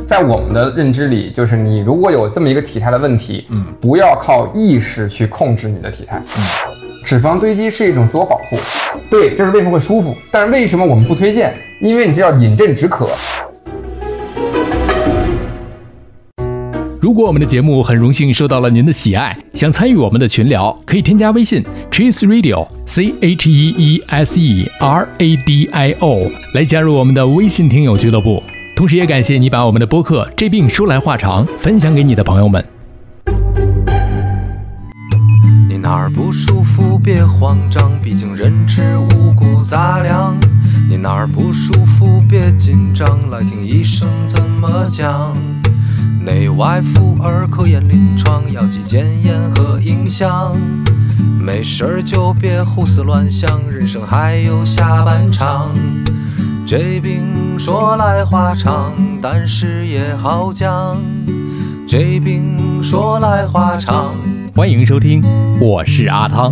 在我们的认知里，就是你如果有这么一个体态的问题，不要靠意识去控制你的体态。脂肪堆积是一种自我保护，对，这是为什么会舒服。但是为什么我们不推荐？因为你这叫饮鸩止渴。 如果我们的节目很荣幸受到了您的喜爱，想参与我们的群聊，可以添加微信 Cheese Radio CHEESE RADIO 来加入我们的微信听友俱乐部。同时也感谢你把我们的播客这病说来话长分享给你的朋友们。 你哪儿不舒服别慌张，毕竟人吃五谷杂粮。你哪儿不舒服别紧张，来听医生怎么讲。内外妇儿科研临床，药剂检验和影像。没事儿就别胡思乱想，人生还有下半场。这病说来话长，但是也好讲。这病说来话长。 欢迎收听，我是阿汤。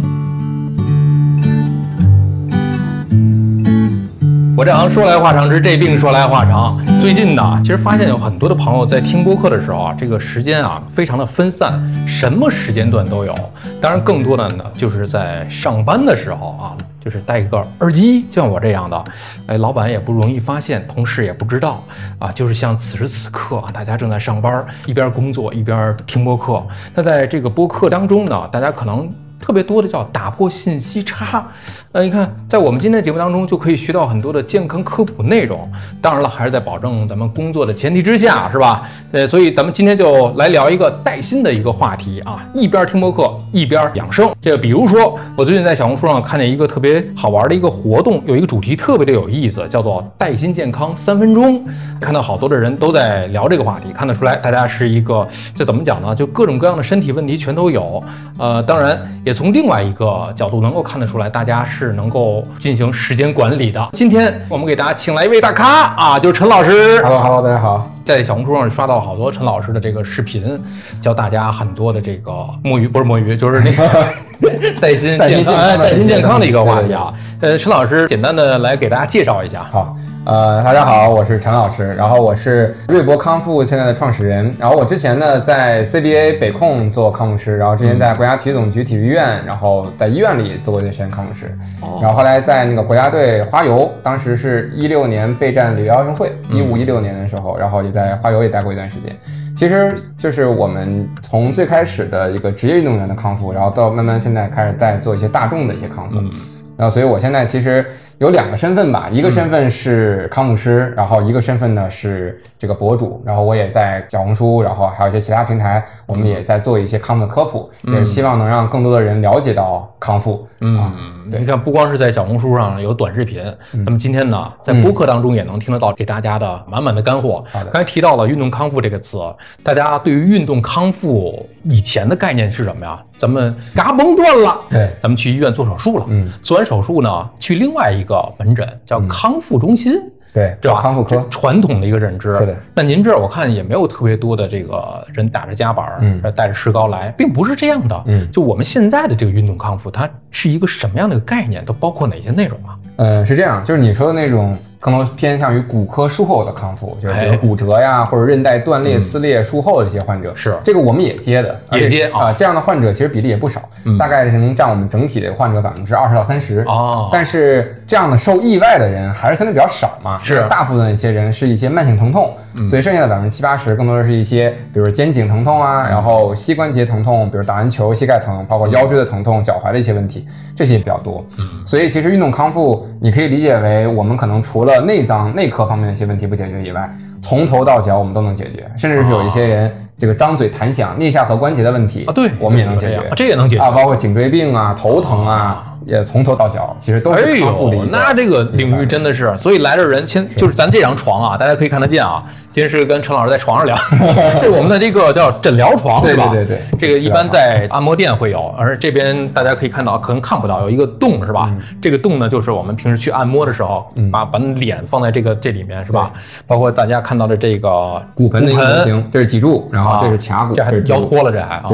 我这行说来话长之这病说来话长。最近呢，其实发现有很多的朋友在听播客的时候啊，这个时间啊非常的分散，什么时间段都有。当然，更多的呢就是在上班的时候啊，就是戴一个耳机，就像我这样的，老板也不容易发现，同事也不知道啊。就是像此时此刻啊，大家正在上班，一边工作一边听播客。那在这个播客当中呢，大家可能特别多的叫打破信息差，你看，在我们今天的节目当中就可以学到很多的健康科普内容。当然了，还是在保证咱们工作的前提之下，是吧？所以咱们今天就来聊一个带薪的一个话题啊，一边听播客一边养生。这个比如说，我最近在小红书上看见一个特别好玩的一个活动，有一个主题特别的有意思，叫做带薪健康3分钟。看到好多的人都在聊这个话题，看得出来大家是一个，这怎么讲呢？就各种各样的身体问题全都有。当然也从另外一个角度能够看得出来，大家是能够进行时间管理的。今天我们给大家请来一位大咖啊，就是陈老师。 Hello， 大家好。 在小红书上刷到好多陈老师的这个视频，教大家很多的这个不是摸鱼，就是那个带薪健康的一个话题啊。陈老师简单的来给大家介绍一下。 好。大家好，我是陈老师，然后我是瑞博康复现在的创始人，然后我之前呢在 CBA 北控做康复师，然后之前在国家体育总局体育医院，然后在医院里做过一段时间康复师，然后后来在那个国家队花游，当时是16年备战里约奥运会，15-16年的时候，然后也在花游也待过一段时间。其实就是我们从最开始的一个职业运动员的康复，然后到慢慢现在开始在做一些大众的一些康复，然后所以我现在其实有2个身份吧，一个身份是康复师，然后一个身份呢是这个博主，然后我也在小红书，然后还有一些其他平台，我们也在做一些康复的科普，也是希望能让更多的人了解到康复。 对，你看，不光是在小红书上有短视频，咱们今天呢在播客当中也能听得到给大家的满满的干货。刚才提到了运动康复这个词，大家对于运动康复以前的概念是什么呀？咱们嘎嘣断了， 对， 咱们去医院做手术了，做完手术呢，去另外一个门诊叫康复中心。 对， 对吧？ 康复科传统的一个认知。 是的。 那您这儿我看也没有特别多的这个人打着夹板，带着石膏来，并不是这样的。就我们现在的这个运动康复，它是一个什么样的一个概念？都包括哪些内容啊？ 是这样，就是你说的那种可能偏向于骨科术后的康复，就是比如骨折呀，或者韧带断裂、撕裂术后的这些患者，是这个我们也接的， 也接啊。 这样的患者其实比例也不少，大概能占我们整体的患者20%到30%。哦，但是这样的受意外的人还是相对比较少嘛，是大部分一些人是一些慢性疼痛，所以剩下的70%-80%更多的是一些，比如肩颈疼痛啊，然后膝关节疼痛，比如打完球膝盖疼，包括腰椎的疼痛、脚踝的一些问题，这些比较多。所以其实运动康复你可以理解为我们可能除了内脏内科方面的一些问题不解决以外，从头到脚我们都能解决，甚至是有一些人这个张嘴弹响、颞下颌关节的问题对， 我们也能解决， 这也能解决包括颈椎病啊、头疼啊，也从头到脚其实都是康复的一个。 那这个领域真的是，所以来的人就是咱这张床啊，大家可以看得见啊。今天是跟陈老师在床上聊，这是我们的这个叫诊疗床，是吧？ 对， 这个一般在按摩店会有，而这边大家可以看到，可能看不到有一个洞，是吧？这个洞呢，就是我们平时去按摩的时候，把脸放在这里面，是吧？包括大家看到的这个骨盆的一个模型，这是脊柱，然后这是髂骨， 这还腰托了，这还对，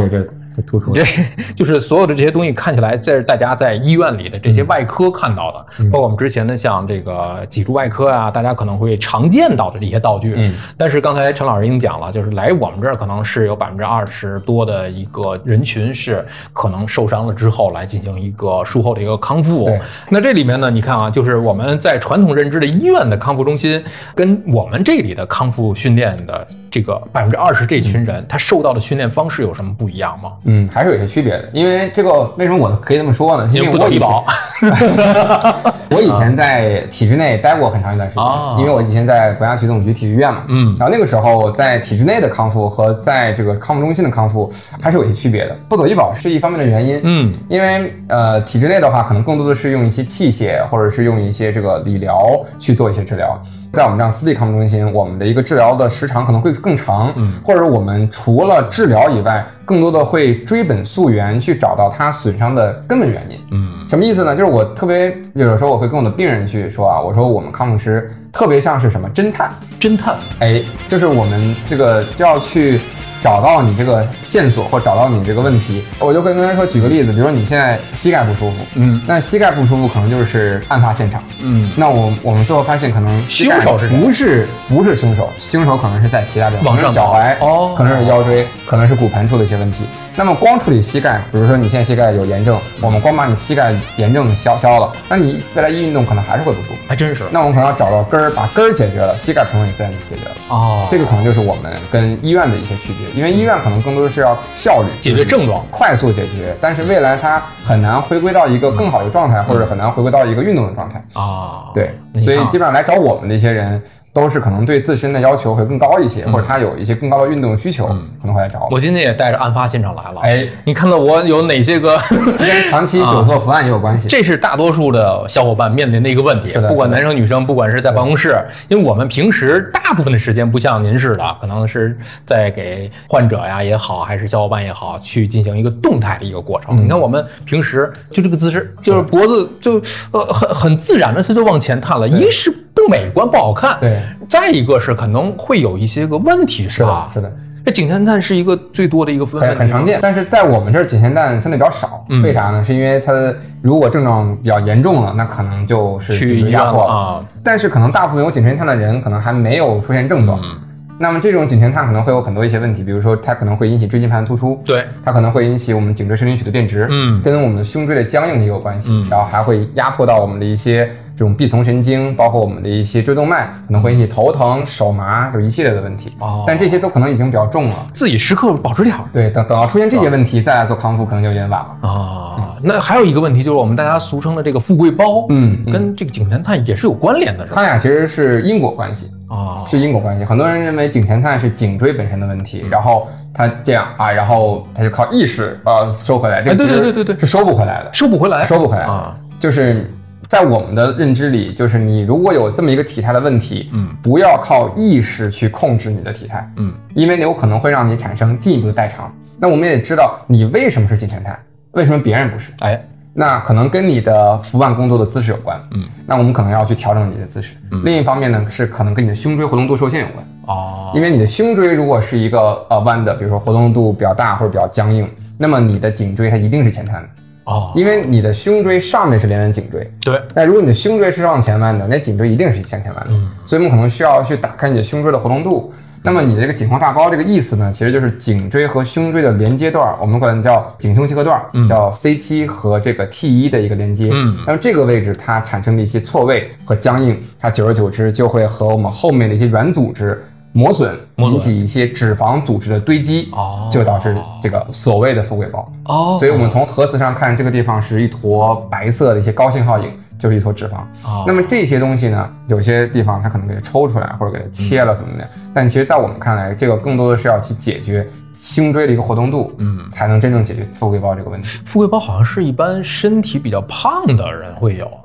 突出的。 这就是所有的这些东西看起来，这是大家在医院里的这些外科看到的，包括我们之前的像这个脊柱外科啊，大家可能会常见到的这些道具。但是刚才陈老师已经讲了，就是来我们这儿可能是有20%多的一个人群是可能受伤了之后来进行一个术后的一个康复。那这里面呢，你看啊，就是我们在传统认知的医院的康复中心，跟我们这里的康复训练的这个20%这群人，他受到的训练方式有什么不一样吗？ 还是有些区别的。因为这个为什么我可以这么说呢？因为不走医保。 我以前在体制内待过很长一段时间，因为我以前在国家体育总局体育医院嘛，然后那个时候在体制内的康复和在这个康复中心的康复还是有些区别的。不走医保是一方面的原因，因为体制内的话可能更多的是用一些器械或者是用一些这个理疗去做一些治疗。在我们这样私立康复中心，我们的一个治疗的时长可能会更长，或者我们除了治疗以外，更多的会追本溯源，去找到它损伤的根本原因。什么意思呢？就是我特别有时候我会跟我的病人去说啊，我说我们康复师特别像是什么侦探，就是我们这个就要去找到你这个线索或找到你这个问题。我就会跟他说，举个例子，比如说你现在膝盖不舒服，那膝盖不舒服可能就是案发现场，那我们最后发现可能凶手是不是凶手，凶手可能是在其他地方， 往上脚踝，可能是腰椎，可能是骨盆出了一些问题。那么光处理膝盖，比如说你现在膝盖有炎症，我们光把你膝盖炎症消了，那你未来一运动可能还是会不舒服， 还真是。 那我们可能要找到根儿，把根儿解决了，膝盖疼也自然就解决了。这个可能就是我们跟医院的一些区别，因为医院可能更多的是要效率解决症状， 快速解决，但是未来它很难回归到一个更好的状态，或者很难回归到一个运动的状态对，所以基本上来找我们的一些人，都是可能对自身的要求会更高一些，或者他有一些更高的运动需求，可能会来找我。 我今天也带着案发现场来了，你看到我有哪些个跟长期久坐伏案也有关系。 这是大多数的小伙伴面临的一个问题，不管男生女生，不管是在办公室，因为我们平时大部分的时间不像您似的，可能是在给患者呀也好，还是小伙伴也好，去进行一个动态的一个过程。你看我们平时就这个姿势，就是脖子就很自然的，它就往前探了，一是不美观不好看，再一个是可能会有一些个问题，是吧？ 是的。 这颈前探是一个最多的一个问题， 很常见，但是在我们这儿颈前探相对比较少，为啥呢？是因为它如果症状比较严重了，那可能就是颈椎压迫了，但是可能大部分有颈前探的人可能还没有出现症状。那么这种颈前探可能会有很多一些问题，比如说它可能会引起椎间盘突出，它可能会引起我们颈椎神经曲的变直，跟我们胸椎的僵硬也有关系，然后还会压迫到我们的一些这种臂丛神经，包括我们的一些椎动脉，可能会引起头疼、手麻，就一系列的问题。但这些都可能已经比较重了， 自己时刻保持点。 对，等到出现这些问题再来做康复，可能就有点晚了。 那还有一个问题就是我们大家俗称的这个富贵包，跟这个颈前探也是有关联的， 它俩其实是因果关系。是因果关系。很多人认为颈前探是颈椎本身的问题，然后他这样啊，然后他就靠意识收回来，这个对是收不回来的，收不回来啊。就是在我们的认知里，就是你如果有这么一个体态的问题，不要靠意识去控制你的体态，因为有可能会让你产生进一步的代偿。那我们也知道你为什么是颈前探，为什么别人不是？那可能跟你的伏案工作的姿势有关，那我们可能要去调整你的姿势。另一方面呢，是可能跟你的胸椎活动度受限有关。因为你的胸椎如果是一个弯的，比如说活动度比较大或者比较僵硬，那么你的颈椎它一定是前探的。因为你的胸椎上面是连着颈椎，那如果你的胸椎是往前弯的，那颈椎一定是向前弯的。所以我们可能需要去打开你的胸椎的活动度。那么你的这个颈后大包这个意思呢，其实就是颈椎和胸椎的连接段，我们管叫颈胸结合段，叫 C7 和这个 T1 的一个连接。那么这个位置它产生的一些错位和僵硬，它久而久之就会和我们后面的一些软组织磨损，引起一些脂肪组织的堆积，就导致这个所谓的富贵包。所以我们从核磁上看，这个地方是一坨白色的一些高信号影，就是一坨脂肪。那么这些东西呢，有些地方它可能给它抽出来，或者给它切了怎么样。但其实在我们看来，这个更多的是要去解决胸椎的一个活动度，才能真正解决富贵包这个问题。 富贵包好像是一般身体比较胖的人会有，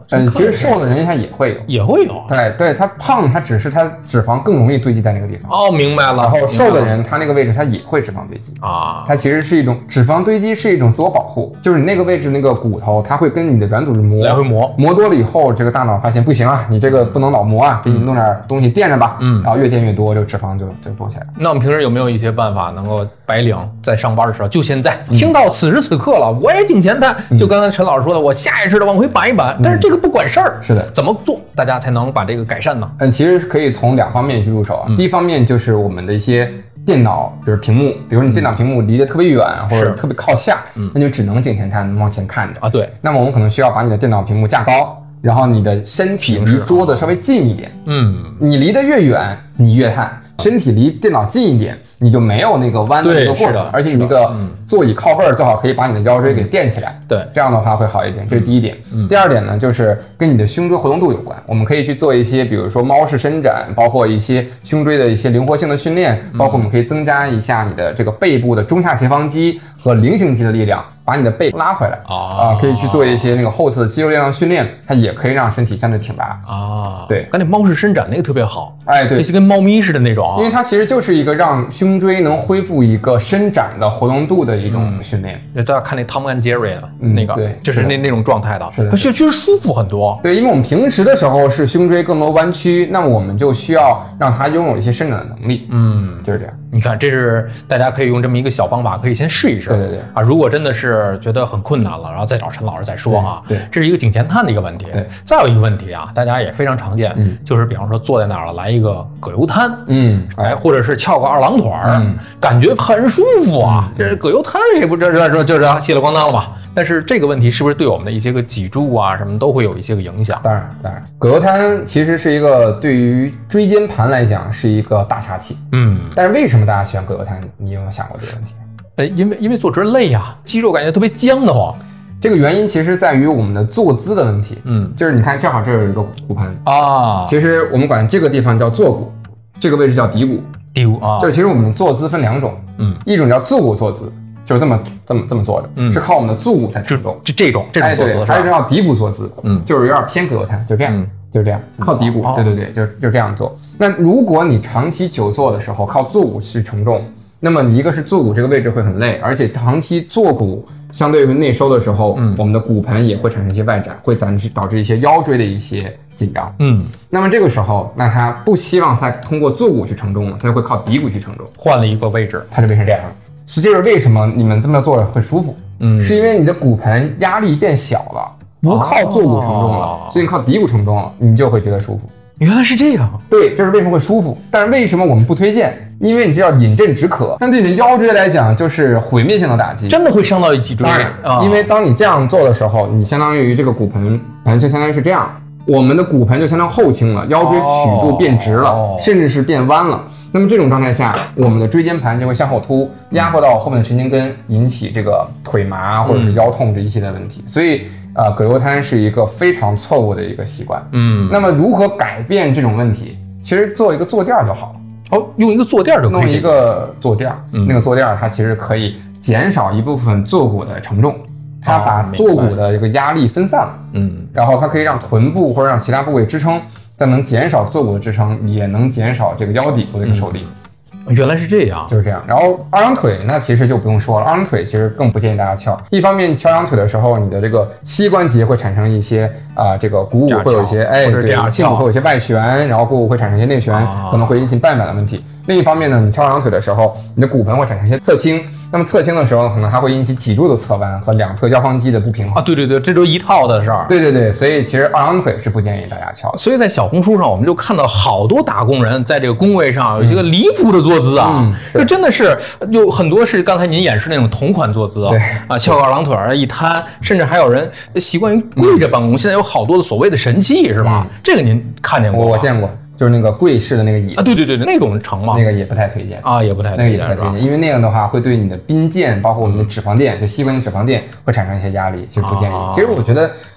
其实瘦的人他也会有，对，他胖，他只是他脂肪更容易堆积在那个地方。 哦，明白了。 然后瘦的人，他那个位置他也会脂肪堆积啊， 它其实是一种脂肪堆积，是一种自我保护，就是你那个位置那个骨头，它会跟你的软组织来回磨多了以后，这个大脑发现不行啊，你这个不能老磨啊，给你弄点东西垫着吧，然后越垫越多，这个脂肪就多起来了。 那我们平时有没有一些办法能够白领在上班的时候，就现在听到此时此刻了，我也颈前瘫，就刚才陈老师说的，我下意识的往回扳一扳，但是这个不管事儿， 是的， 怎么做大家才能把这个改善呢？ 其实可以从2方面去入手啊。第一方面就是我们的一些电脑，比如屏幕，比如你电脑屏幕离得特别远或者特别靠下，那就只能颈前瘫往前看着啊。对， 那么我们可能需要把你的电脑屏幕架高，然后你的身体离桌子稍微近一点。你离得越远，你越瘫。身体离电脑近一点，你就没有那个弯的那个过程，而且你那个座椅靠背最好可以把你的腰椎给垫起来。 对， 这样的话会好一点，这是第一点。第二点呢，就是跟你的胸椎活动度有关。我们可以去做一些，比如说猫式伸展，包括一些胸椎的一些灵活性的训练，包括我们可以增加一下你的这个背部的中下斜方肌和菱形肌的力量，把你的背拉回来可以去做一些那个后侧的肌肉力量训练，它也可以让身体相对挺拔对， 刚才猫式伸展那个特别好， 对， 就跟猫咪似的那种因为它其实就是一个让胸椎能恢复一个伸展的活动度的一种训练。 大家看那 Tom and Jerry 那个， 对， 就是那种状态的， 是的， 它确实舒服很多。 对，因为我们平时的时候是胸椎更多弯曲，那么我们就需要让它拥有一些伸展的能力。就是这样。 你看，这是大家可以用这么一个小方法，可以先试一试。 对如果真的是觉得很困难了，然后再找陈老师再说啊。 对， 这是一个颈前瘫的一个问题。 对， 再有一个问题啊，大家也非常常见，就是比方说坐在那儿了，来一个葛优瘫，或者是翘个2郎腿感觉很舒服啊。这葛优瘫谁不知道就是稀里咣当了吧？但是这个问题是不是对我们的一些个脊柱啊什么都会有一些个影响？ 当然，葛优瘫其实是一个对于椎间盘来讲是一个大杀器。但是为什么大家喜欢葛优瘫？你有没有想过这个问题？ 因为坐直累呀，肌肉感觉特别僵的慌。 这个原因其实在于我们的坐姿的问题。就是你看，正好这有一个骨盆其实我们管这个地方叫坐骨，这个位置叫骶骨。就是其实我们的坐姿分2种。一种叫坐骨坐姿，就是这么坐着，是靠我们的坐骨在承重。 这种坐姿。 还有一种叫骶骨坐姿，就是有点偏葛优瘫，就这样。就是这样，靠骶骨，对，就这样做。那如果你长期久坐的时候靠坐骨去承重，那么你一个是坐骨这个位置会很累，而且长期坐骨相对于内收的时候，我们的骨盆也会产生一些外展，会导致一些腰椎的一些紧张。那么这个时候，那他不希望他通过坐骨去承重了，他就会靠骶骨去承重， 换了一个位置， 他就变成这样了。所以这是为什么你们这么做会舒服，是因为你的骨盆压力变小了。不靠坐骨承重了，所以你靠骶骨承重了，你就会觉得舒服。 原来是这样。 对，这是为什么会舒服。但是为什么我们不推荐？因为你这叫饮鸩止渴，但对你的腰椎来讲就是毁灭性的打击， 真的会伤到脊椎。 因为当你这样做的时候，你相当于这个骨盆就相当于是这样，我们的骨盆就相当后倾了，腰椎曲度变直了，甚至是变弯了。那么这种状态下，我们的椎间盘就会向后凸，压迫到后面的神经根，引起这个腿麻或者是腰痛这一系列问题。所以葛优瘫是一个非常错误的一个习惯。那么如何改变这种问题？其实做一个坐垫就好了。 用一个坐垫就可以。 弄一个坐垫，那个坐垫它其实可以减少一部分坐骨的承重，它把坐骨的这个压力分散了。然后它可以让臀部或者让其他部位支撑，但能减少坐骨的支撑，也能减少这个腰底部的一个受力。 原来是这样， 就是这样。然后2郎腿那其实就不用说了，2郎腿其实更不建议大家翘。一方面翘2郎腿的时候，你的这个膝关节会产生一些这个股骨会有一些对，胫骨会有一些外旋，然后股骨会产生一些内旋，可能会引起半板的问题。另一方面呢，你翘2郎腿的时候，你的骨盆会产生一些侧倾，那么侧倾的时候可能还会引起脊柱的侧弯和两侧腰方肌的不平衡。 对，这都一套的事儿。 对，所以其实2郎腿是不建议大家翘的。 所以在小红书上，我们就看到好多打工人在这个工位上有一些个离谱的坐姿啊，就真的是有很多是刚才您演示那种同款坐姿翘个2郎腿一摊，甚至还有人习惯于跪着办公。现在有好多的所谓的神器是吧？这个您看见过吗？ 我见过。就是那个跪式的那个椅子对，那种成吗？ 那个也不太推荐也不太推荐， 因为那样的话会对你的髌腱，包括我们的脂肪垫，就膝关节脂肪垫会产生一些压力，其实不建议。其实我觉得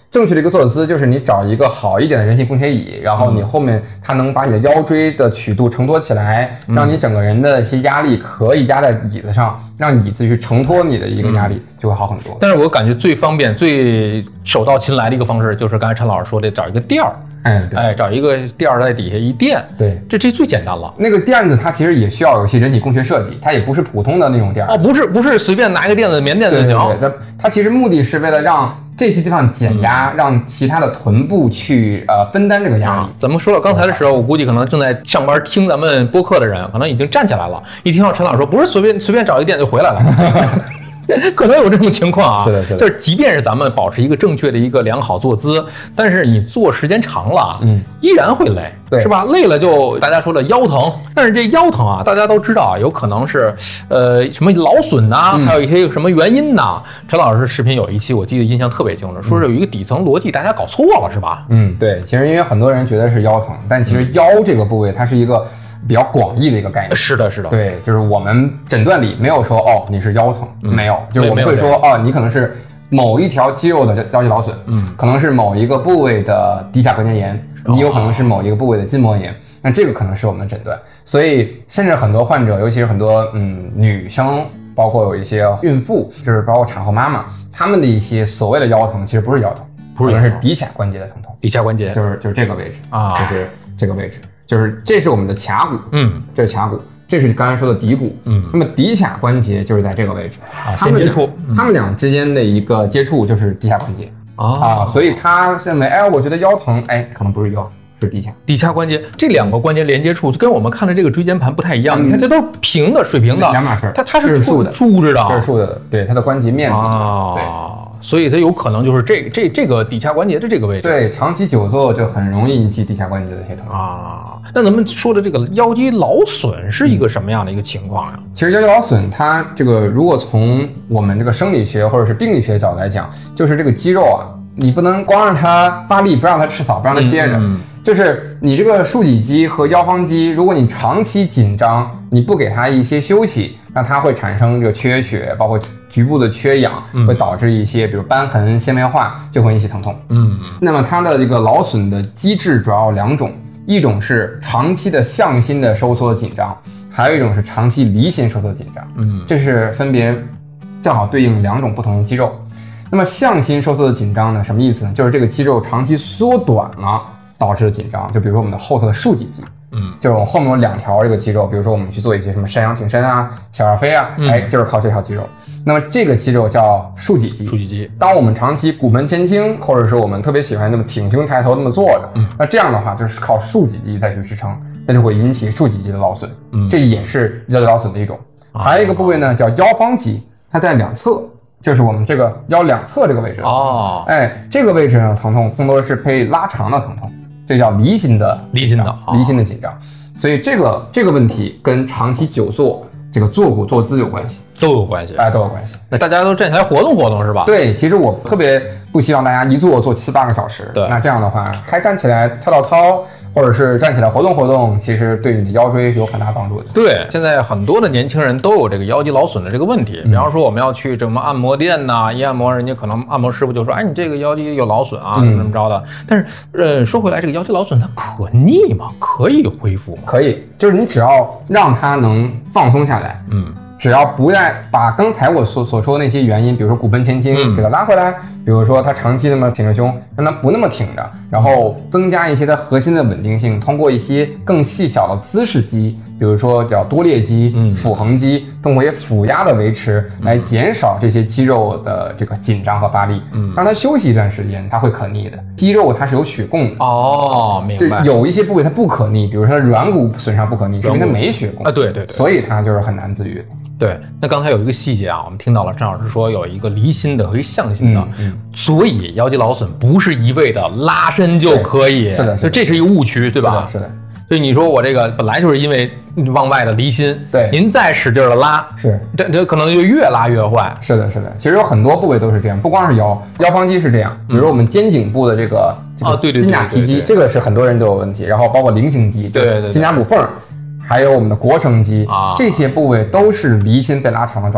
正确的一个坐姿就是你找一个好一点的人体工学椅，然后你后面它能把你的腰椎的曲度承托起来，让你整个人的一些压力可以压在椅子上，让椅子去承托你的一个压力，就会好很多。 但是我感觉最方便、最手到擒来的一个方式，就是刚才陈老师说的，找一个垫儿。对，找一个垫儿在底下一垫， 对， 这最简单了。 那个垫子它其实也需要有一些人体工学设计，它也不是普通的那种垫儿。 不是随便拿一个垫子、棉垫子就行。 对，它其实目的是为了让这些地方减压，让其他的臀部去分担这个压力。 咱们说到刚才的时候，我估计可能正在上班听咱们播客的人，可能已经站起来了。一听到陈老师说不是随便找一个垫就回来了。可能有这种情况啊， 是的， 就是即便是咱们保持一个正确的一个良好坐姿，但是你坐时间长了，依然会累， 对， 是吧？累了就大家说的腰疼，但是这腰疼啊，大家都知道啊，有可能是什么劳损呐，还有一些什么原因呐。陈老师视频有一期我记得印象特别清楚，说是有一个底层逻辑大家搞错了，是吧？ 对，其实因为很多人觉得是腰疼，但其实腰这个部位它是一个比较广义的一个概念。 是的， 对，就是我们诊断里没有说你是腰疼，没有。就是我们会说你可能是某一条肌肉的腰肌劳损，可能是某一个部位的骶髂关节炎，你有可能是某一个部位的筋膜炎，那这个可能是我们的诊断。所以甚至很多患者，尤其是很多女生，包括有一些孕妇，就是包括产后妈妈，她们的一些所谓的腰疼，其实不是腰疼，可能是骶髂关节的疼痛。 骶髂关节就是这个位置啊， 就是这个位置，就是这是我们的髂骨，这是髂骨。这是刚才说的骶骨，那么骶髂关节就是在这个位置啊，先接触， 他们俩之间的一个接触就是骶髂关节所以他认为，我觉得腰疼，可能不是腰，是骶髂关节，这两个关节连接处跟我们看的这个椎间盘不太一样，你看这都是平的、水平的， 两码事， 它是竖的， 竖着的， 这是竖的，对，它的关节面对。所以它有可能就是这个骶髂关节的这个位置， 对，长期久坐就很容易引起骶髂关节的一些疼那咱们说的这个腰肌劳损是一个什么样的一个情况呀？ 其实腰肌劳损，它这个如果从我们这个生理学或者是病理学角度来讲，就是这个肌肉啊，你不能光让它发力，不让它吃草，不让它歇着。就是你这个竖脊肌和腰方肌，如果你长期紧张，你不给它一些休息，那它会产生这个缺血，包括局部的缺氧，会导致一些比如瘢痕、纤维化，就会引起疼痛。那么它的这个劳损的机制主要有两种，一种是长期的向心的收缩紧张，还有一种是长期离心收缩紧张。这是分别正好对应两种不同的肌肉。那么向心收缩的紧张呢，什么意思呢？就是这个肌肉长期缩短了导致的紧张。就比如说我们的后侧的竖脊肌，就是我们后面有两条这个肌肉，比如说我们去做一些什么山羊挺身啊、小儿飞啊，就是靠这条肌肉。那么这个肌肉叫竖脊肌。当我们长期骨盆前倾，或者说我们特别喜欢那么挺胸抬头那么坐着，那这样的话就是靠竖脊肌再去支撑，那就会引起竖脊肌的劳损。这也是腰肌劳损的一种。还有一个部位呢叫腰方肌，它在两侧。就是我们这个腰两侧这个位置这个位置呢疼痛更多是配拉长的疼痛，这叫离心的紧张。所以这个问题跟长期久坐这个坐骨坐姿有关系， 都有关系。 那大家都站起来活动活动是吧？ 对，其实我特别不希望大家一坐7、8个小时。 对， 那这样的话还站起来跳操，或者是站起来活动活动，其实对你的腰椎是有很大帮助的。 对，现在很多的年轻人都有这个腰肌劳损的这个问题。比方说我们要去什么按摩店呐，一按摩人家可能按摩师傅就说，你这个腰肌有劳损啊，怎么着的。但是说回来，这个腰肌劳损它可逆吗？可以恢复吗？ 可以，就是你只要让它能放松下来，只要不再把刚才我所说的那些原因，比如说骨盆前倾给它拉回来，比如说它长期那么挺着胸，让它不那么挺着，然后增加一些它核心的稳定性，通过一些更细小的姿势肌，比如说叫多裂肌、腹横肌，通过一些腹压的维持来减少这些肌肉的这个紧张和发力，让它休息一段时间，它会可逆的。肌肉它是有血供的明白。 有一些部位它不可逆，比如说软骨损伤不可逆，是因为它没血供对， 所以它就是很难自愈。 对，那刚才有一个细节啊，我们听到了张老师说有一个离心的和一向心的，所以腰肌劳损不是一味的拉伸就可以， 是的， 这是一个误区，对吧？ 是的。 所以你说我这个本来就是因为往外的离心， 对， 您再使劲的拉，这可能就越拉越坏。 是的。其实有很多部位都是这样，不光是腰方肌是这样，比如说我们肩颈部的这个肩胛提肌，这个是很多人都有问题，然后包括菱形肌， 对， 肩胛骨缝。还有我们的腘绳肌这些部位都是离心被拉长的状态。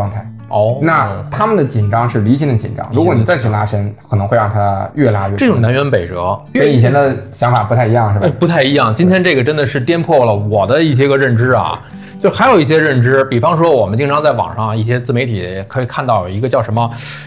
哦， 那他们的紧张是离心的紧张，如果你再去拉伸，可能会让它越拉越。 这种南辕北辙， 跟以前的想法不太一样，是吧？ 不太一样。今天这个真的是颠破了我的一些个认知啊。就还有一些认知，比方说我们经常在网上一些自媒体可以看到有一个叫什么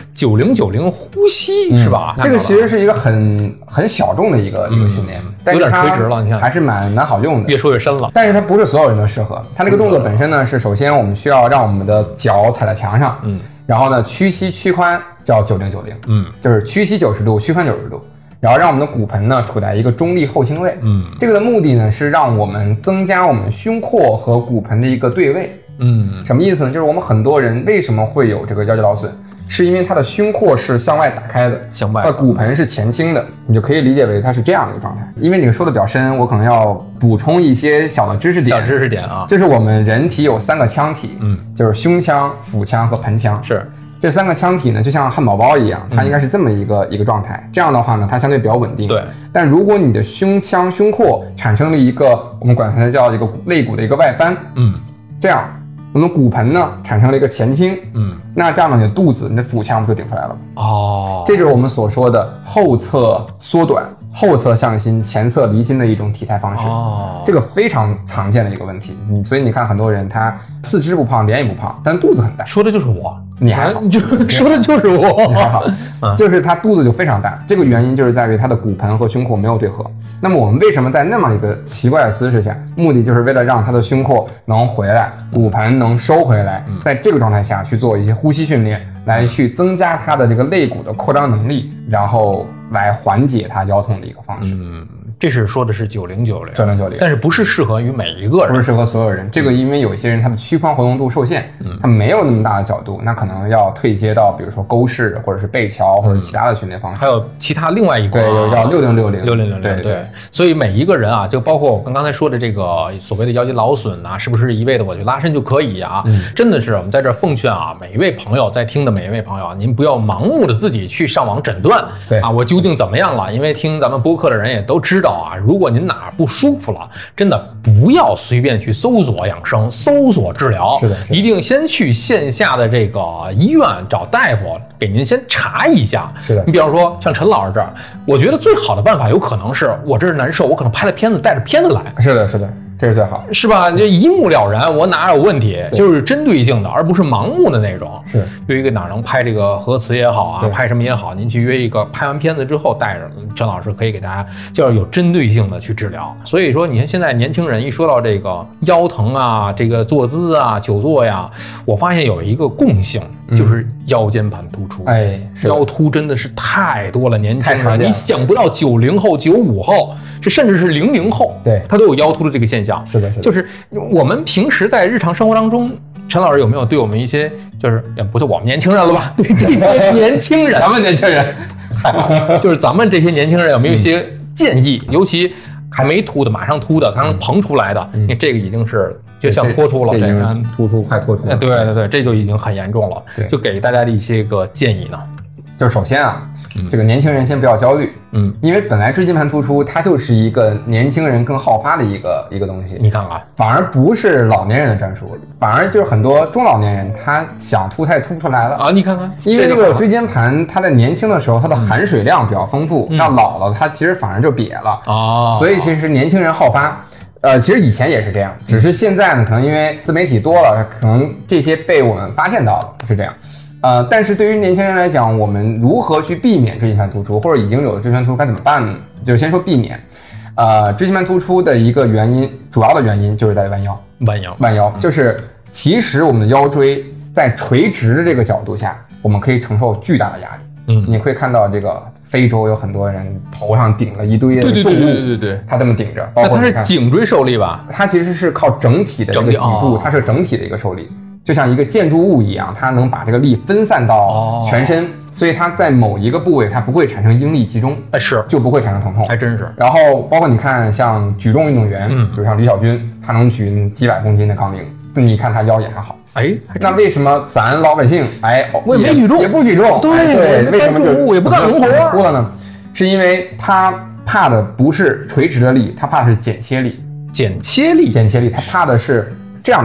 9090呼吸，是吧？ 这个其实是一个很小众的一个训练， 有点垂直了，你看还是蛮好用的， 越说越深了。 但是它不是所有人都适合。它这个动作本身呢，是首先我们需要让我们的脚踩在墙上，然后呢屈膝屈髋叫9090，就是屈膝90度，屈髋90度。然后让我们的骨盆呢处在一个中立后倾位，这个的目的呢是让我们增加我们胸廓和骨盆的一个对位，什么意思呢？就是我们很多人为什么会有这个腰肌劳损，是因为他的胸廓是向外打开的， 向外， 骨盆是前倾的，你就可以理解为它是这样的一个状态。因为你说的比较深，我可能要补充一些小的知识点。 小知识点啊， 就是我们人体有3个腔体，就是胸腔、腹腔和盆腔， 是。 这3个腔体呢，就像汉堡包一样，它应该是这么一个状态。这样的话呢，它相对比较稳定。 对。 但如果你的胸腔、胸廓产生了一个我们管它叫一个肋骨的一个外翻，这样我们骨盆呢产生了一个前倾，那这样呢，你的肚子、你的腹腔不就顶出来了吗？ 哦， 这就是我们所说的后侧缩短、后侧向心、前侧离心的一种体态方式。这个非常常见的一个问题。所以你看很多人他四肢不胖，脸也不胖，但肚子很大。 说的就是我。 你还好， 说的就是我， 你还好，就是他肚子就非常大，这个原因就是在于他的骨盆和胸廓没有对合。那么我们为什么在那么一个奇怪的姿势下，目的就是为了让他的胸廓能回来，骨盆能收回来，在这个状态下去做一些呼吸训练，来去增加他的这个肋骨的扩张能力，然后来缓解他腰痛的一个方式。 这是说的是9090，但是不是适合于每一个人， 不是适合所有人。这个因为有一些人他的屈髋活动度受限，他没有那么大的角度，那可能要退阶到比如说勾式或者是背桥或者其他的训练方式。 还有其他另外一个， 对，叫6060， 对。所以每一个人啊，就包括我刚才说的这个所谓的腰肌劳损啊，是不是一味的我去拉伸就可以啊？真的是我们在这奉劝啊，每一位朋友在听的每一位朋友啊，您不要盲目的自己去上网诊断， 对啊， 我究竟怎么样了？因为听咱们播客的人也都知道啊，如果您哪儿不舒服了，真的不要随便去搜索养生、搜索治疗， 是的， 一定先去线下的这个医院找大夫给您先查一下。 是的， 你比方说像陈老师这儿，我觉得最好的办法有可能是我这儿难受，我可能拍了片子，带着片子来。 是的，这是最好， 是吧？就一目了然，我哪有问题，就是针对性的，而不是盲目的那种。 是约一个哪能拍这个核磁也好啊，拍什么也好，您去约一个，拍完片子之后带着陈老师可以给大家就是有针对性的去治疗。所以说，你看现在年轻人一说到这个腰疼啊，这个坐姿啊、久坐呀，我发现有一个共性，就是腰间盘突出。腰突真的是太多了，年轻人你想不到90后、95后，甚至是00后， 对， 他都有腰突的这个现象。 是的， 就是我们平时在日常生活当中，陈老师有没有对我们一些，就是也不是我们年轻人了吧？对这些年轻人， 咱们年轻人， 就是咱们这些年轻人有没有一些建议？尤其还没秃的，马上秃的，刚膨出来的，你这个已经是就像脱出了， 这个突出快脱出了。 对，这就已经很严重了。就给大家的一些个建议呢。 就首先啊，这个年轻人先不要焦虑，因为本来椎间盘突出它就是一个年轻人更好发的一个东西。 你看看， 反而不是老年人的专属，反而就是很多中老年人他想秃他也秃不出来了啊！ 你看看， 因为这个椎间盘它在年轻的时候它的含水量比较丰富，到老了它其实反而就瘪了啊。所以其实年轻人好发。其实以前也是这样，只是现在呢，可能因为自媒体多了，可能这些被我们发现到了，是这样。但是对于年轻人来讲，我们如何去避免椎间盘突出，或者已经有了椎间盘突出该怎么办呢？就先说避免。椎间盘突出的一个原因，主要的原因就是在弯腰。弯腰就是其实我们的腰椎在垂直的这个角度下，我们可以承受巨大的压力。你会看到这个非洲有很多人头上顶了一堆的重物，对，他这么顶着，包括它是颈椎受力吧？ 它其实是靠整体的这个脊柱，它是整体的一个受力。就像一个建筑物一样，它能把这个力分散到全身，所以它在某一个部位它不会产生应力集中，就不会产生疼痛， 还真是。 然后包括你看像举重运动员，比如像李小军，他能举几百公斤的杠铃，你看他腰也还好。那为什么咱老百姓我也没举重， 也不举重？对，为什么就也不干农活秃了呢？是因为他怕的不是垂直的力，他怕的是剪切力。 剪切力， 他怕的是这样的一个力。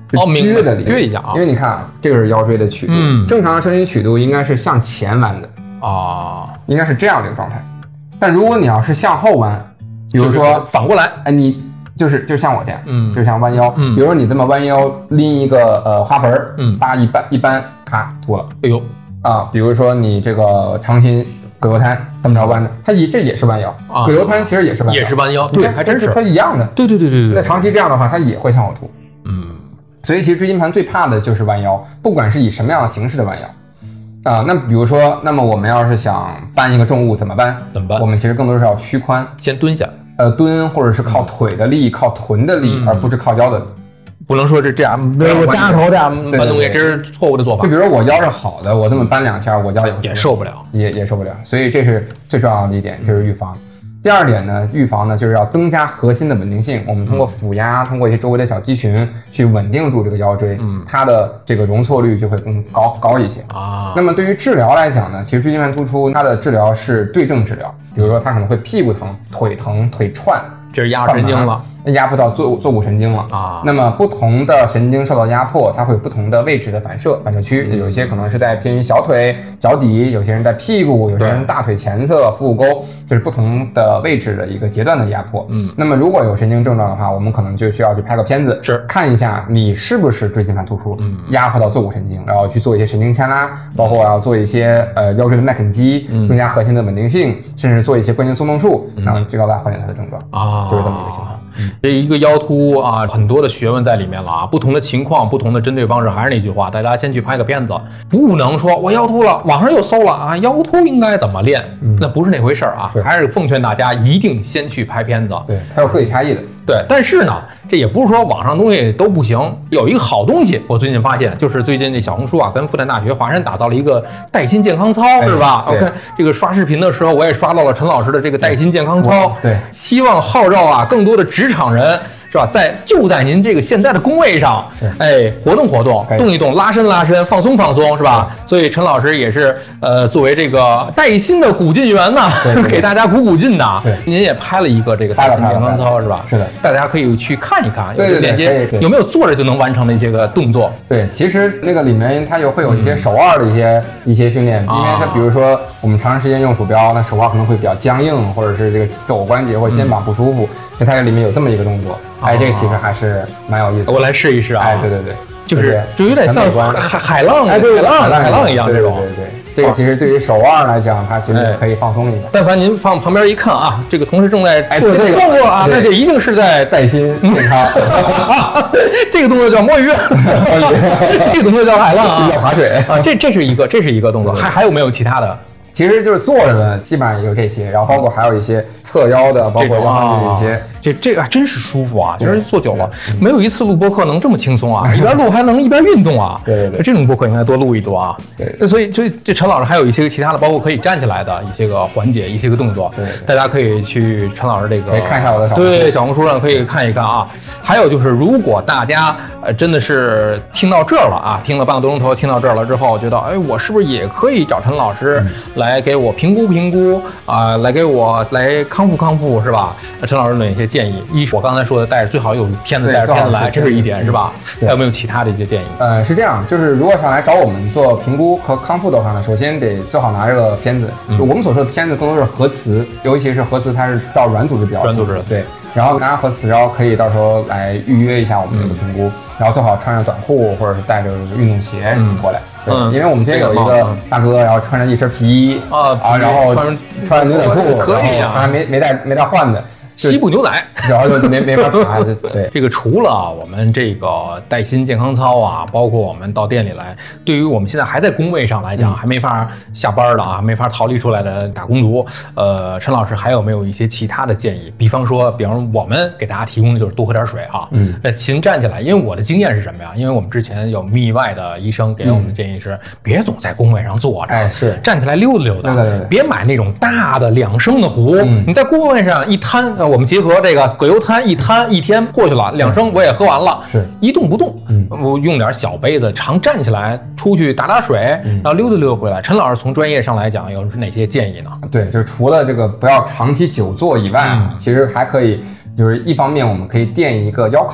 撅的力， 撅一下啊。 因为你看啊，这个是腰椎的曲度，正常的身体曲度应该是向前弯的啊， 应该是这样的一个状态。但如果你要是向后弯，比如说反过来， 哎，你就像我这样，就像弯腰，比如说你这么弯腰拎一个花盆叭一搬，咔秃了， 哎呦啊，比如说你这个长期葛优瘫这么着弯的，这也是弯腰，葛优瘫其实也是弯腰， 也是弯腰，对，还真是它一样的， 对。 那长期这样的话，它也会向后凸，所以其实椎间盘最怕的就是弯腰，不管是以什么样的形式的弯腰。那比如说，那么我们要是想搬一个重物，怎么搬？我们其实更多是要屈髋， 先蹲下， 蹲或者是靠腿的力、靠臀的力，而不是靠腰的力。 不能说是这样，我夹头这样搬东西，这是错误的做法。 就比如说我腰是好的，我这么搬2下，我腰也受不了， 也受不了。所以这是最重要的一点，就是预防。第二点呢，预防呢就是要增加核心的稳定性。我们通过腹压，通过一些周围的小肌群去稳定住这个腰椎，它的这个容错率就会更高一些啊。那么对于治疗来讲呢，其实椎间盘突出它的治疗是对症治疗，比如说它可能会屁股疼、腿疼、腿串， 这是压神经了。 压迫到坐骨神经了啊。那么不同的神经受到压迫，它会有不同的位置的反射区，有一些可能是在偏于小腿、脚底，有些人在屁股，有些人大腿前侧、腹股沟，就是不同的位置的一个阶段的压迫。那么如果有神经症状的话，我们可能就需要去拍个片子，看一下你是不是椎间盘突出，压迫到坐骨神经，然后去做一些神经牵拉，包括要做一些腰椎的麦肯基，增加核心的稳定性，甚至做一些关节松动术，最高来缓解它的症状啊，就是这么一个情况。 这一个腰突啊，很多的学问在里面了啊，不同的情况，不同的针对方式。还是那句话，大家先去拍个片子，不能说我腰突了，网上又搜了啊，腰突应该怎么练，那不是那回事啊。还是奉劝大家一定先去拍片子， 对，它有个体差异的。 对，但是呢，这也不是说网上东西都不行。有一个好东西，我最近发现，就是最近这小红书啊，跟复旦大学华山打造了一个带薪健康操，是吧？我看这个刷视频的时候，我也刷到了陈老师的这个带薪健康操。 对， 希望号召啊，更多的职场人，是吧？就在您这个现在的工位上，活动活动，动一动，拉伸拉伸，放松放松，是吧？所以陈老师也是作为这个带薪的鼓劲员呢，给大家鼓劲的。您也拍了一个这个带薪健康操，是吧？ 是的。 大家可以去看一看， 对， 链接有没有坐着就能完成的一些个动作？ 对，其实那个里面它会有一些手腕的一些训练，因为它比如说我们长时间用鼠标，那手腕可能会比较僵硬，或者是这个肘关节或者肩膀不舒服，那它这里面有这么一个动作，这个其实还是蛮有意思的。 我来试一试啊！ 对， 就有点像海浪，海浪一样这种。 对。这个其实对于手腕来讲，它其实可以放松一下。 但凡您放旁边一看啊，这个同事正在做这个动作啊，那就一定是在带薪健康。 这个动作叫摸鱼，这个动作叫海浪啊， 叫划水啊。这是一个动作，还有没有其他的？ 其实就是坐着的，基本上也就这些，然后包括还有一些侧腰的，包括腰上的一些。 这个还真是舒服啊！就是坐久了，没有一次录播课能这么轻松啊！一边录还能一边运动啊！ 对， 这种播课应该多录一多啊！ 对， 所以这陈老师还有一些其他的，包括可以站起来的一些个环节、一些个动作。 对， 大家可以去陈老师这个可以看一下我的小红书上可以看一看啊。还有就是，如果大家真的是听到这儿了啊，听了半个多钟头，听到这儿了之后，觉得我是不是也可以找陈老师来给我评估啊，来给我来康复是吧？陈老师的一些建议，我刚才说的带着最好有片子带着片子来，这是一点是吧？还有没有其他的一些建议？ 是这样，就是如果想来找我们做评估和康复的话呢，首先得最好拿这个片子。我们所说的片子更多是核磁，尤其是核磁，它是到软组织表。 软组织对。然后拿核磁，然后可以到时候来预约一下我们这个评估，然后最好穿着短裤或者是带着运动鞋过来。对，因为我们这边有一个大哥，然后穿着一身皮衣然后穿着牛仔裤， 可以啊，还没带换的。 西部牛仔， 然后就没法查。对， 这个除了我们这个带薪健康操啊，包括我们到店里来，对于我们现在还在工位上来讲，还没法下班的啊，没法逃离出来的打工族，陈老师还有没有一些其他的建议？比方我们给大家提供的就是多喝点水啊。那勤站起来，因为我的经验是什么呀？因为我们之前有密外的医生给我们的建议是，别总在工位上坐着， 是站起来溜达溜达，别买那种大的2升的壶，你在工位上一摊。我们结合这个葛优瘫一摊，一天过去了，2升我也喝完了， 是一动不动。我用点小杯子，常站起来出去打水，然后溜达回来。陈老师从专业上来讲，有哪些建议呢？ 对，就是除了这个不要长期久坐以外，其实还可以，就是一方面我们可以垫一个腰靠。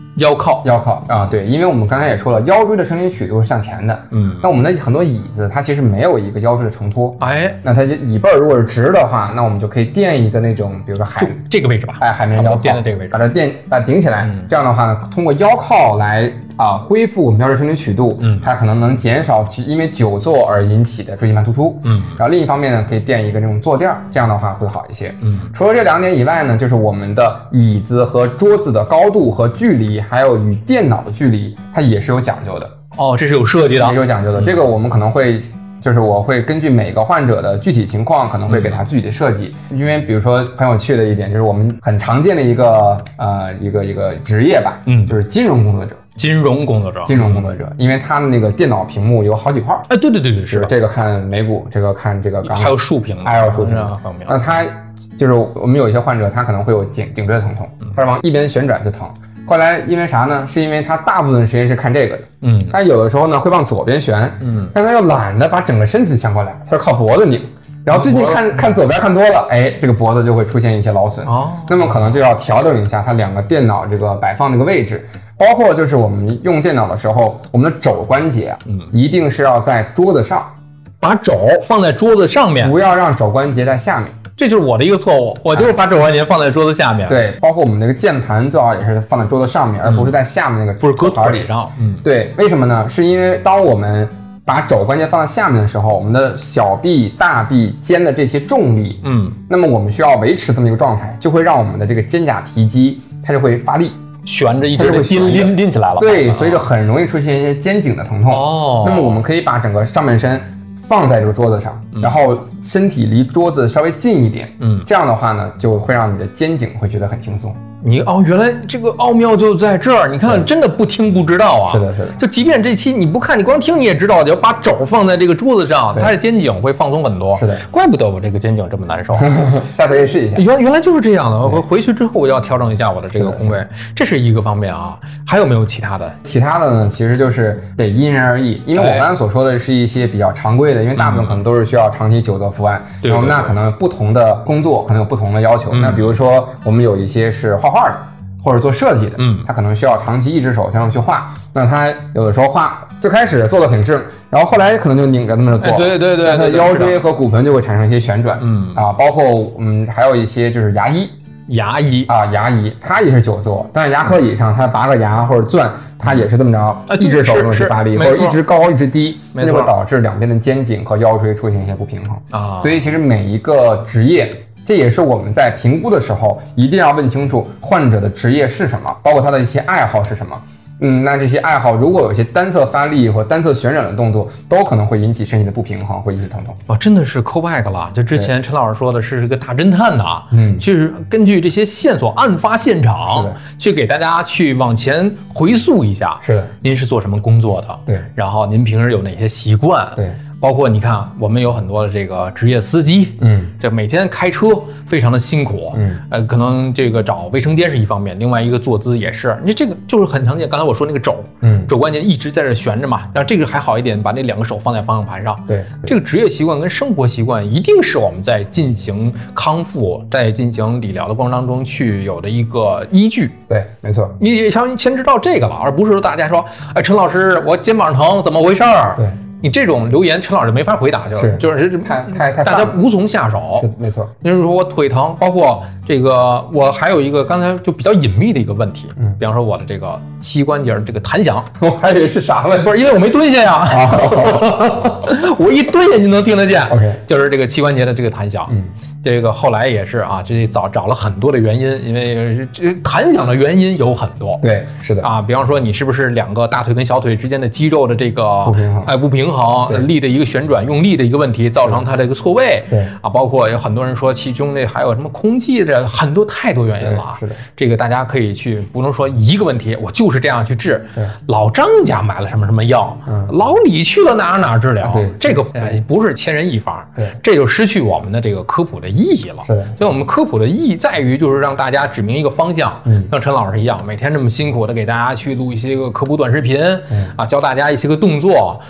腰靠啊，对，因为我们刚才也说了，腰椎的升起曲度是向前的，那我们的很多椅子它其实没有一个腰椎的承托，那它椅背如果是直的话，那我们就可以垫一个那种，比如说这个位置吧， 海绵腰靠， 垫在这个位置， 把它顶起来，这样的话呢，通过腰靠来恢复我们腰椎升起曲度，它可能能减少因为久坐而引起的椎间盘突出，然后另一方面呢，可以垫一个这种坐垫，这样的话会好一些，除了这2点以外呢，就是我们的椅子和桌子的高度和距离，还有与电脑的距离，它也是有讲究的。 这是有设计的， 也是有讲究的。这个我们可能会，就是我会根据每个患者的具体情况，可能会给他具体的设计。因为比如说很有趣的一点，就是我们很常见的一个职业吧，就是金融工作者。金融工作者，因为他的那个电脑屏幕有好几块。 对，是这个看美股，这个看这个还有竖屏， 还有竖屏。那他就是我们有一些患者，他可能会有颈椎的疼痛，他是往一边旋转就疼。后来因为啥呢？是因为他大部分时间是看这个的，他有的时候呢会往左边旋，但他又懒得把整个身体旋过来，他是靠脖子拧。然后最近看左边看多了，这个脖子就会出现一些劳损，那么可能就要调整一下它2个电脑这个摆放这个位置，包括就是我们用电脑的时候，我们的肘关节一定是要在桌子上， 把肘放在桌子上面， 不要让肘关节在下面。 这就是我的一个错误，我就是把肘关节放在桌子下面。 对，包括我们那个键盘最好也是放在桌子上面，而不是在下面那个， 不是搁腿上。 对，为什么呢？是因为当我们把肘关节放在下面的时候，我们的小臂、大臂、肩的这些重力，那么我们需要维持这么一个状态，就会让我们的这个肩胛皮肌它就会发力， 悬着一直拎起来了。 对，所以就很容易出现一些肩颈的疼痛。那么我们可以把整个上半身放在这个桌子上，然后身体离桌子稍微近一点，这样的话呢，就会让你的肩颈会觉得很轻松。 原来这个奥妙就在这儿，你看真的不听不知道啊。 是的。 就即便这期你不看，你光听你也知道，就把肘放在这个桌子上，它的肩颈会放松很多。 是的， 怪不得我这个肩颈这么难受。 下次也试一下。 原来就是这样的，我回去之后我要调整一下我的这个工位，这是一个方面啊。还有没有其他的？ 其他的呢，其实就是得因人而异，因为我刚才所说的是一些比较常规的，因为大部分可能都是需要长期久坐伏案，然后那可能不同的工作可能有不同的要求。那比如说我们有一些是画画的，或者做设计的，他可能需要长期一只手这样去画，那他有的时候画最开始做的挺正，然后后来可能就拧着那么做， 对， 他腰椎和骨盆就会产生一些旋转，包括还有一些就是牙医，他也是久坐，但是牙科椅上他拔个牙或者钻，他也是这么着，一只手这么去发力，或者一直高一直低，那就会导致两边的肩颈和腰椎出现一些不平衡啊。所以其实每一个职业，这也是我们在评估的时候一定要问清楚患者的职业是什么，包括他的一些爱好是什么。那这些爱好如果有一些单侧发力或单侧旋转的动作，都可能会引起身体的不平衡，会引起疼痛。 哇，真的是 call back 了。就之前陈老师说的是个大侦探呐，就是根据这些线索，案发现场去给大家去往前回溯一下。 是的， 您是做什么工作的？对，然后您平时有哪些习惯？ 对。 包括你看，我们有很多的这个职业司机，这每天开车非常的辛苦，可能这个找卫生间是一方面，另外一个坐姿也是，你这个就是很常见。刚才我说那个肘，肘关节一直在这悬着嘛，然后这个还好一点，把那两个手放在方向盘上。 对， 这个职业习惯跟生活习惯一定是我们在进行康复、在进行理疗的过程当中去有的一个依据。 对，没错， 你先知道这个了，而不是说大家说，哎，陈老师，我肩膀疼，怎么回事儿？ 对。 你这种留言，陈老师没法回答，就是太大家无从下手。 没错， 就是说我腿疼，包括这个，我还有一个刚才就比较隐秘的一个问题，比方说我的这个膝关节这个弹响， 我还以为是啥问题， 不是因为我没蹲下呀，我一蹲下就能听得见。 OK， 就是这个膝关节的这个弹响，这个后来也是啊，这找了很多的原因，因为这弹响的原因有很多。 对，是的啊，比方说你是不是两个大腿跟小腿之间的肌肉的这个不平衡，力的一个旋转用力的一个问题，造成它这个错位。 对啊， 包括有很多人说其中那还有什么空气的很多太多原因了。 是的， 这个大家可以去，不能说一个问题我就是这样去治。老张家买了什么药，老李去了哪治疗。 对， 这个不是千人一方。 对， 这就失去我们的这个科普的意义了。 是的， 所以我们科普的意义在于就是让大家指明一个方向。像陈老师一样，每天这么辛苦的给大家去录一些个科普短视频，教大家一些个动作，又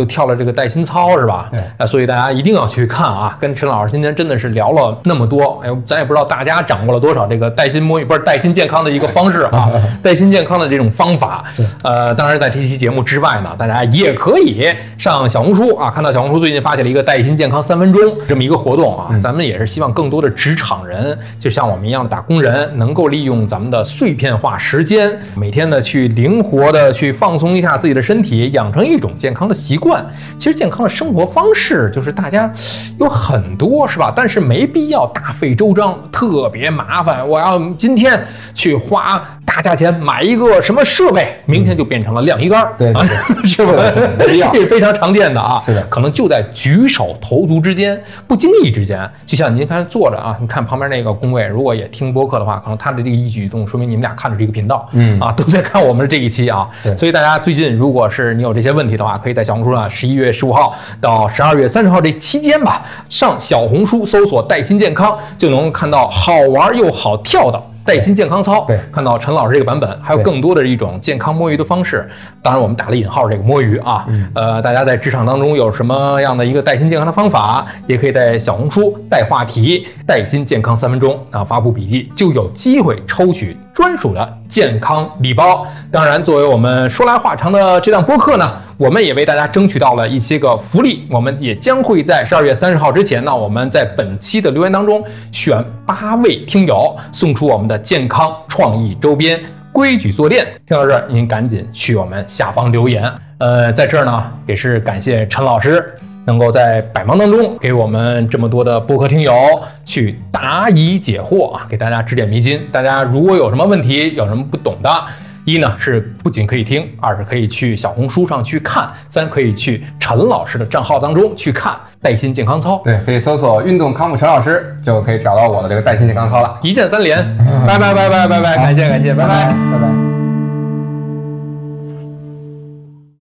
跳了这个带薪操是吧？ 对， 所以大家一定要去看啊！跟陈老师今天真的是聊了那么多，哎，咱也不知道大家掌握了多少这个带薪摸鱼，不是带薪健康的一个方式啊，带薪健康的这种方法。当然在这期节目之外呢，大家也可以上小红书啊，看到小红书最近发起了一个带薪健康3分钟这么一个活动啊，咱们也是希望更多的职场人，就像我们一样的打工人，能够利用咱们的碎片化时间，每天的去灵活的去放松一下自己的身体，养成一种健康的习惯。其实健康的生活方式就是大家有很多是吧？但是没必要大费周章，特别麻烦。我要今天去花大价钱买一个什么设备，明天就变成了晾衣杆， 对， 是不是？ 没必要， 这是非常常见的啊。 是的， 可能就在举手投足之间，不经意之间，就像您看坐着啊，你看旁边那个工位，如果也听播客的话，可能他的这个一举一动，说明你们俩看着这个频道，都在看我们的这一期啊。所以大家最近如果是你有这些问题的话，可以在小红书上11月15号到12月30号这期间吧，上小红书搜索带薪健康，就能看到好玩又好跳的带薪健康操， 对， 看到陈老师这个版本，还有更多的一种健康摸鱼的方式。当然，我们打了引号这个摸鱼啊，大家在职场当中有什么样的一个带薪健康的方法，也可以在小红书带话题“带薪健康3分钟”啊发布笔记，就有机会抽取专属的健康礼包。当然，作为我们说来话长的这档播客呢，我们也为大家争取到了一些个福利，我们也将会在12月30号之前呢，我们在本期的留言当中选8位听友送出我们的健康创意周边。规矩坐垫，听到这儿您赶紧去我们下方留言。在这儿呢也是感谢陈老师能够在百忙当中给我们这么多的播客听友去答疑解惑啊，给大家指点迷津。大家如果有什么问题，有什么不懂的，一呢是不仅可以听，二是可以去小红书上去看，三可以去陈老师的账号当中去看带薪健康操。 对，可以搜索运动康复陈老师，就可以找到我的这个带薪健康操了。 一键3连，拜拜，感谢，拜拜。